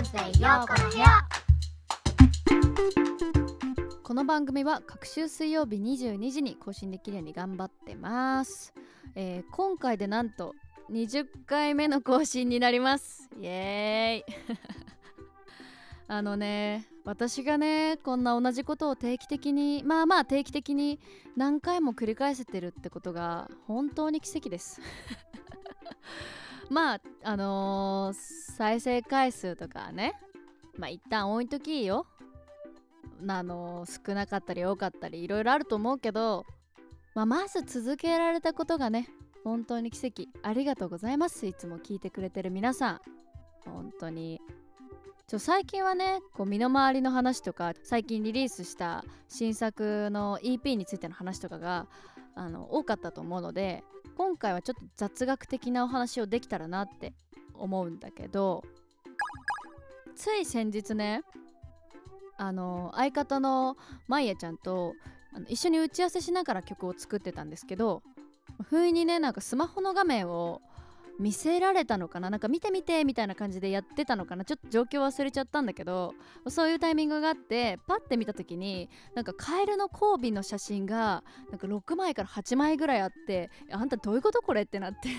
Wednesday ようこの部屋。この番組は各週水曜日22時に更新できるように頑張ってます。今回でなんと20回目の更新になります。イエーイ私がねこんな同じことを定期的に定期的に何回も繰り返せてるってことが本当に奇跡です再生回数とかね一旦置いときよ。少なかったり多かったりいろいろあると思うけど、まず続けられたことがね本当に奇跡。ありがとうございます。いつも聞いてくれてる皆さん本当に。最近はねこう身の回りの話とか最近リリースした新作の EP についての話とかが多かったと思うので、今回はちょっと雑学的なお話をできたらなって思うんだけど、つい先日ね相方のまいやちゃんと一緒に打ち合わせしながら曲を作ってたんですけど、不意にねスマホの画面を見せられたのかな、見てみてみたいな感じでやってたのかな、ちょっと状況忘れちゃったんだけど、そういうタイミングがあってパッて見た時にカエルの交尾の写真が6枚から8枚ぐらいあって、あんたどういうことこれってなって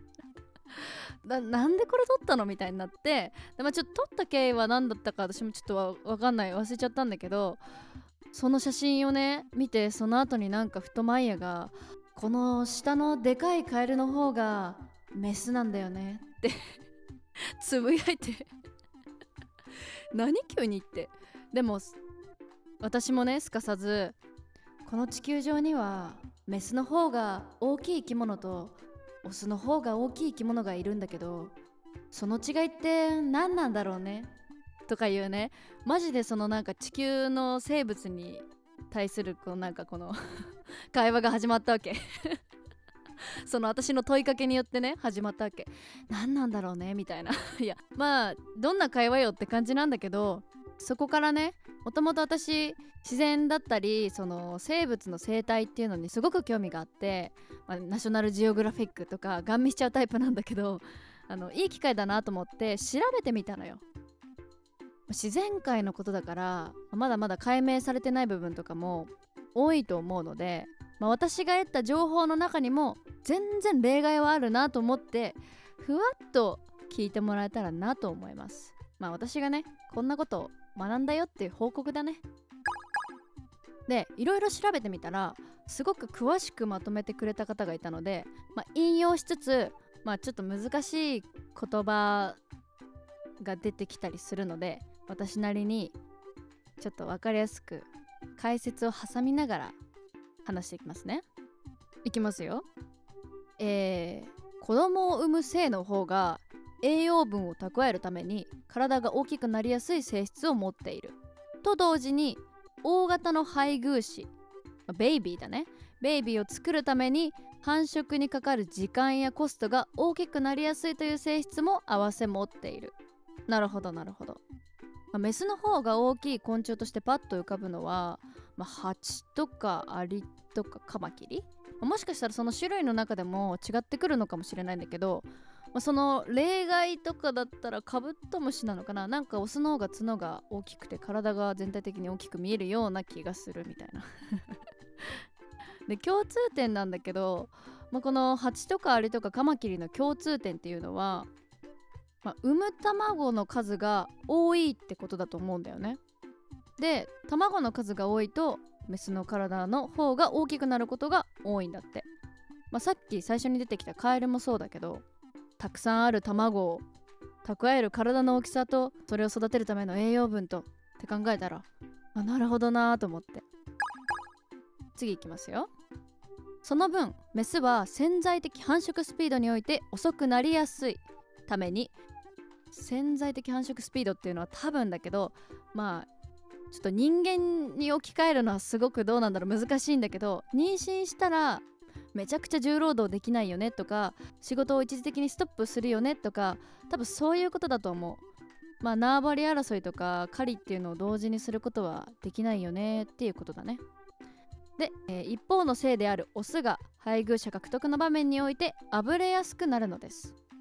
なんでこれ撮ったのみたいになって、ちょっと撮った経緯は何だったか私もちょっとわかんない、忘れちゃったんだけど、その写真をね見て、その後にふとマイヤがこの下のでかいカエルの方がメスなんだよねってつぶやいて何急にって。でも私もねすかさず、この地球上にはメスの方が大きい生き物とオスの方が大きい生き物がいるんだけど、その違いって何なんだろうねとかいうね、マジでその地球の生物に対するこの会話が始まったわけその私の問いかけによってね始まったわけ。何なんだろうねみたいな。いやどんな会話よって感じなんだけど、そこからねもともと私自然だったりその生物の生態っていうのにすごく興味があって、ナショナルジオグラフィックとかガン見しちゃうタイプなんだけど、いい機会だなと思って調べてみたのよ。自然界のことだからまだまだ解明されてない部分とかも多いと思うので、私が得た情報の中にも全然例外はあるなと思って、ふわっと聞いてもらえたらなと思います。私がねこんなことを学んだよっていう報告だね。でいろいろ調べてみたらすごく詳しくまとめてくれた方がいたので、引用しつつちょっと難しい言葉が出てきたりするので、私なりにちょっと分かりやすく解説を挟みながら話していきますね。いきますよ。子供を産む性の方が栄養分を蓄えるために体が大きくなりやすい性質を持っていると同時に、大型の配偶子ベイビーだね、ベイビーを作るために繁殖にかかる時間やコストが大きくなりやすいという性質も併せ持っている。なるほどなるほど。メスの方が大きい昆虫としてパッと浮かぶのは、ハチとかアリとかカマキリ、もしかしたらその種類の中でも違ってくるのかもしれないんだけど、その例外とかだったらカブトムシなのかな、オスの方が角が大きくて体が全体的に大きく見えるような気がするみたいなで共通点なんだけど、このハチとかアリとかカマキリの共通点っていうのは、産む卵の数が多いってことだと思うんだよね。で卵の数が多いとメスの体の方が大きくなることが多いんだって。さっき最初に出てきたカエルもそうだけど、たくさんある卵を蓄える体の大きさとそれを育てるための栄養分とって考えたら、なるほどなと思って。次いきますよ。その分メスは潜在的繁殖スピードにおいて遅くなりやすいために、潜在的繁殖スピードっていうのは多分だけどちょっと人間に置き換えるのはすごくどうなんだろう、難しいんだけど、妊娠したらめちゃくちゃ重労働できないよねとか、仕事を一時的にストップするよねとか、多分そういうことだと思う。縄張り争いとか狩りっていうのを同時にすることはできないよねっていうことだね。で、一方の性であるオスが配偶者獲得の場面においてあぶれやすくなるのです。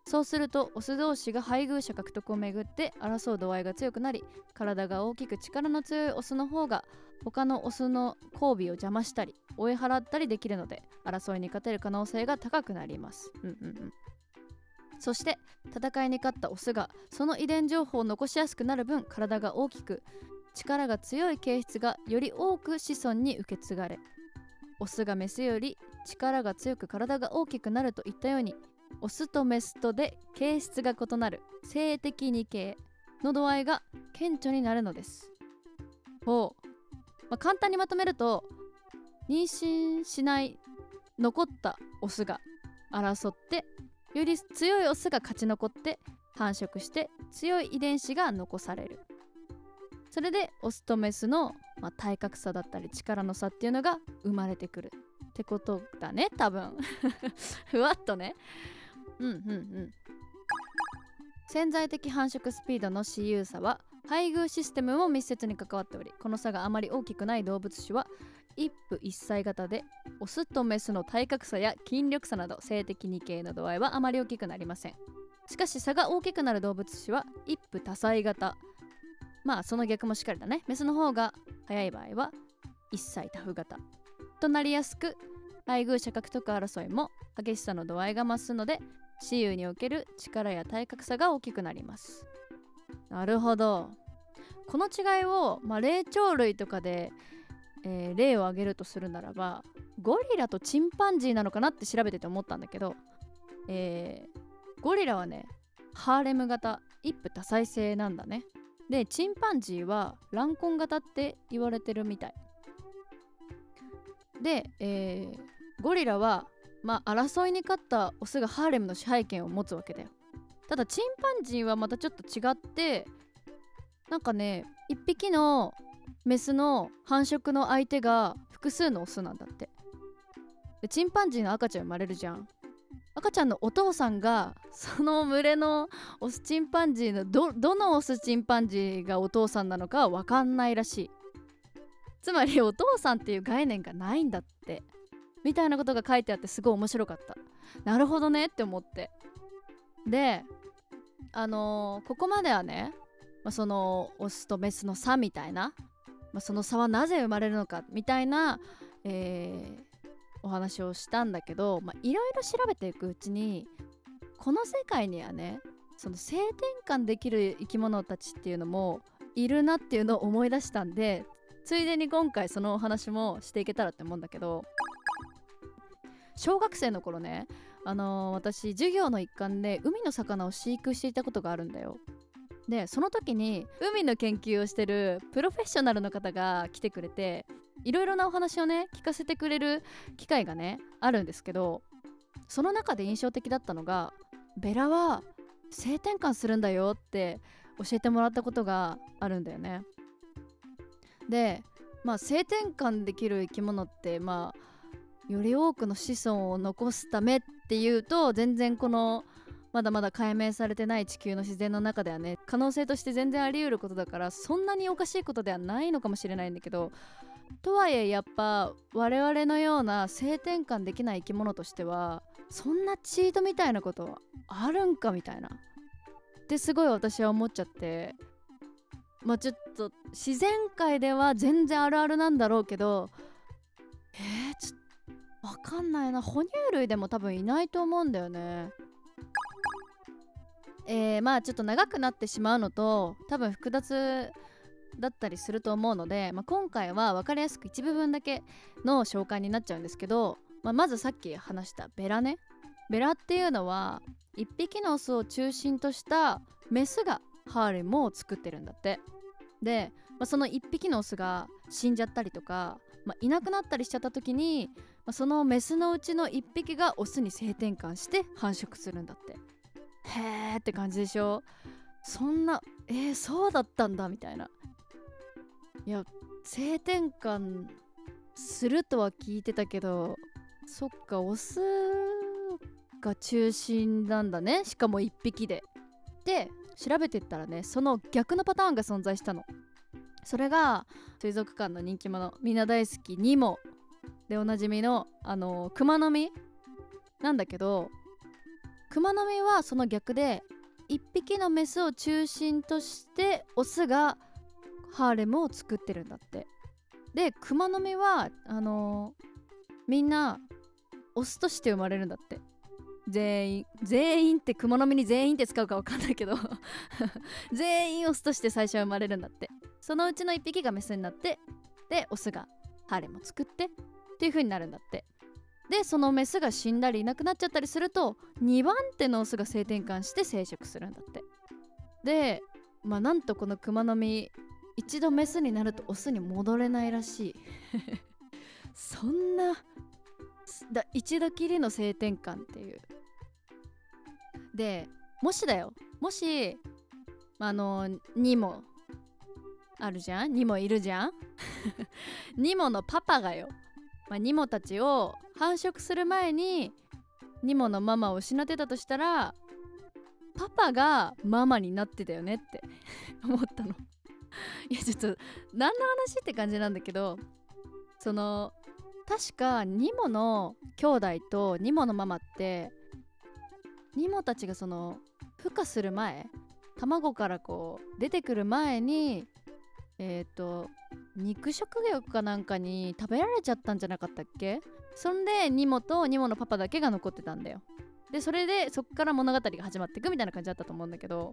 そうするとオス同士が配偶者獲得をめぐって争う度合いが強くなり、体が大きく力の強いオスの方が他のオスの交尾を邪魔したり追い払ったりできるので、争いに勝てる可能性が高くなります。そして戦いに勝ったオスがその遺伝情報を残しやすくなる分、体が大きく力が強い形質がより多く子孫に受け継がれ、オスがメスより力が強く体が大きくなるといったように、オスとメスとで形質が異なる性的二形の度合いが顕著になるのです。簡単にまとめると、妊娠しない残ったオスが争って、より強いオスが勝ち残って繁殖して強い遺伝子が残される。それでオスとメスの、体格差だったり力の差っていうのが生まれてくるってことだね、多分ふわっとね。潜在的繁殖スピードの私有差は配偶システムも密接に関わっており、この差があまり大きくない動物種は一夫一妻型で、オスとメスの体格差や筋力差など性的二形の度合いはあまり大きくなりません。しかし差が大きくなる動物種は一夫多妻型、その逆もしっかりだね。メスの方が早い場合は一妻多夫型となりやすく、配偶者獲得争いも激しさの度合いが増すので、雌雄における力や体格差が大きくなります。なるほど。この違いを、霊長類とかで、例を挙げるとするならば、ゴリラとチンパンジーなのかなって調べてて思ったんだけど、ゴリラはね、ハーレム型一夫多妻制なんだね。でチンパンジーは乱婚型って言われてるみたいで、ゴリラは争いに勝ったオスがハーレムの支配権を持つわけだよ。ただチンパンジーはまたちょっと違って、なんかね、一匹のメスの繁殖の相手が複数のオスなんだって。でチンパンジーの赤ちゃん生まれるじゃん。赤ちゃんのお父さんがその群れのオスチンパンジーのどのオスチンパンジーがお父さんなのかは分かんないらしい。つまりお父さんっていう概念がないんだってみたいなことが書いてあって、すごい面白かった。なるほどねって思って。でここまではね、そのオスとメスの差みたいな、その差はなぜ生まれるのかみたいな、お話をしたんだけど、いろいろ調べていくうちに、この世界にはね、その性転換できる生き物たちっていうのもいるなっていうのを思い出したんで、ついでに今回そのお話もしていけたらって思うんだけど、小学生の頃ね、私授業の一環で海の魚を飼育していたことがあるんだよ。でその時に海の研究をしてるプロフェッショナルの方が来てくれて、いろいろなお話をね聞かせてくれる機会がねあるんですけど、その中で印象的だったのが、ベラは性転換するんだよって教えてもらったことがあるんだよね。で性転換できる生き物ってより多くの子孫を残すためっていうと、全然このまだまだ解明されてない地球の自然の中ではね、可能性として全然あり得ることだから、そんなにおかしいことではないのかもしれないんだけど、とはいえやっぱ我々のような性転換できない生き物としては、そんなチートみたいなことあるんかみたいなってすごい私は思っちゃって、ちょっと自然界では全然あるあるなんだろうけど、ちょっとわかんないな。哺乳類でも多分いないと思うんだよね。ちょっと長くなってしまうのと多分複雑だったりすると思うので、今回は分かりやすく一部分だけの紹介になっちゃうんですけど、まずさっき話したベラね。ベラっていうのは一匹のオスを中心としたメスがハーレムを作ってるんだって。で、その一匹のオスが死んじゃったりとか、いなくなったりしちゃった時に、そのメスのうちの一匹がオスに性転換して繁殖するんだって。へーって感じでしょ。そんなそうだったんだみたいな。いや、性転換するとは聞いてたけど、そっか、オスが中心なんだね。しかも一匹で。で調べてったらね、その逆のパターンが存在したの。それが水族館の人気者、みんな大好きニモでおなじみのクマノミなんだけど、 クマノミはその逆で1匹のメスを中心としてオスがハーレムを作ってるんだって。でクマノミはみんなオスとして生まれるんだって。全員ってクマノミに全員って使うか分かんないけど全員オスとして最初は生まれるんだって。そのうちの1匹がメスになって、でオスがハーレムを作ってっていう風になるんだって。でそのメスが死んだりいなくなっちゃったりすると2番手のオスが性転換して生殖するんだって。でなんとこのクマノミ一度メスになるとオスに戻れないらしいそんな一度きりの性転換っていう。でもしニモあるじゃん、ニモいるじゃんニモのパパがよ、ニモたちを繁殖する前にニモのママを失ってたとしたら、パパがママになってたよねって思ったのいやちょっと何の話って感じなんだけど、確かニモの兄弟とニモのママってニモたちが孵化する前、卵からこう出てくる前に肉食魚かなんかに食べられちゃったんじゃなかったっけ。そんでニモとニモのパパだけが残ってたんだよ。でそれでそっから物語が始まっていくみたいな感じだったと思うんだけど、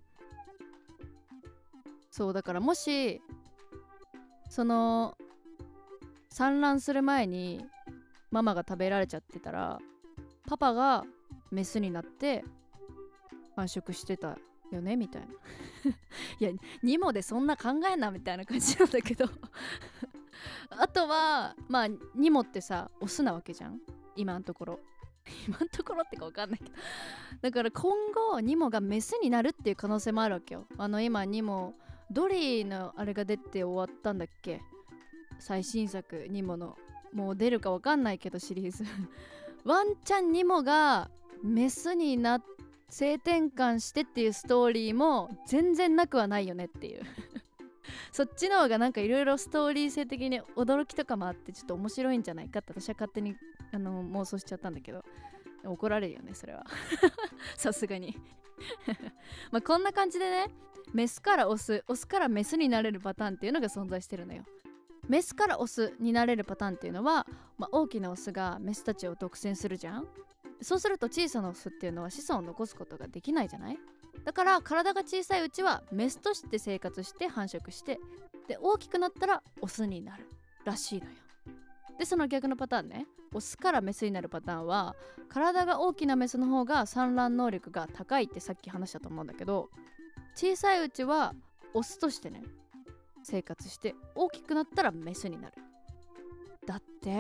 そうだからもし産卵する前にママが食べられちゃってたら、パパがメスになって繁殖してたよねみたいないやニモでそんな考えんなみたいな感じなんだけどあとはニモってさオスなわけじゃん今のところってか分かんないけどだから今後ニモがメスになるっていう可能性もあるわけよ。今ニモドリーのあれが出て終わったんだっけ、最新作ニモの。もう出るか分かんないけどシリーズワンチャンニモがメスになって性転換してっていうストーリーも全然なくはないよねっていうそっちの方がなんかいろいろストーリー性的に驚きとかもあってちょっと面白いんじゃないかって私は勝手に妄想しちゃったんだけど、怒られるよねそれはさすがにこんな感じでね、メスからオスからメスになれるパターンっていうのが存在してるのよ。メスからオスになれるパターンっていうのは、大きなオスがメスたちを独占するじゃん。そうすると小さなオスっていうのは子孫を残すことができないじゃない。だから体が小さいうちはメスとして生活して繁殖して、で大きくなったらオスになるらしいのよ。でその逆のパターンね、オスからメスになるパターンは体が大きなメスの方が産卵能力が高いってさっき話したと思うんだけど、小さいうちはオスとしてね生活して大きくなったらメスになるだって。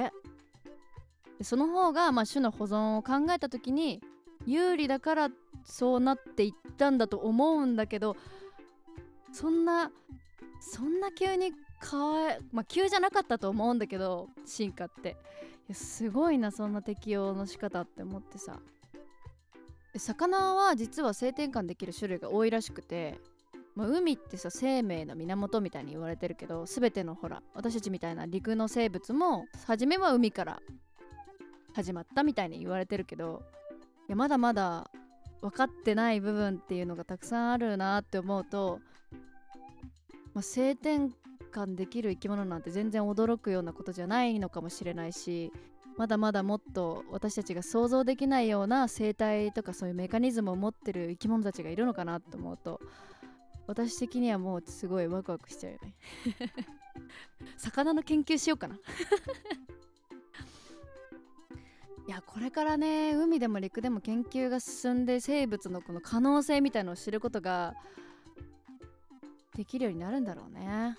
でその方が種の保存を考えた時に有利だからそうなっていったんだと思うんだけど、そんな急に急じゃなかったと思うんだけど進化って、いやすごいなそんな適応の仕方って思ってさ。魚は実は性転換できる種類が多いらしくて、海ってさ生命の源みたいに言われてるけど、全ての私たちみたいな陸の生物も初めは海から始まったみたいに言われてるけど、いやまだまだ分かってない部分っていうのがたくさんあるなって思うと、性転換できる生き物なんて全然驚くようなことじゃないのかもしれないし、まだまだもっと私たちが想像できないような生態とかそういうメカニズムを持ってる生き物たちがいるのかなと思うと、私的にはもうすごいワクワクしちゃうよね魚の研究しようかないやこれからね海でも陸でも研究が進んで生物のこの可能性みたいのを知ることができるようになるんだろうね。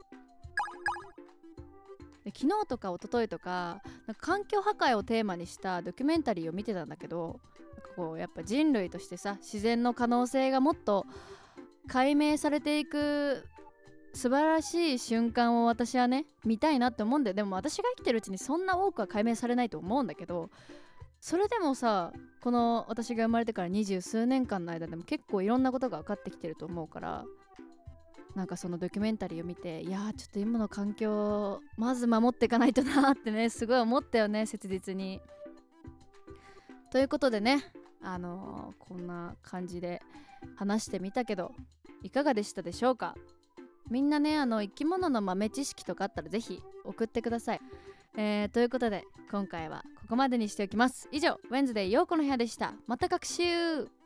で昨日とか一昨日とか環境破壊をテーマにしたドキュメンタリーを見てたんだけど、やっぱ人類としてさ自然の可能性がもっと解明されていく素晴らしい瞬間を私はね見たいなって思うんだよ。でも私が生きてるうちにそんな多くは解明されないと思うんだけど、それでもさこの私が生まれてから20数年間の間でも結構いろんなことが分かってきてると思うから、なんかそのドキュメンタリーを見て、いやちょっと今の環境まず守っていかないとなってねすごい思ったよね切実に。ということでね、 こんな感じで話してみたけどいかがでしたでしょうか。みんなね生き物の豆知識とかあったらぜひ送ってください。ということで今回はここまでにしておきます。以上ウェンズデー陽子の部屋でした。また学習。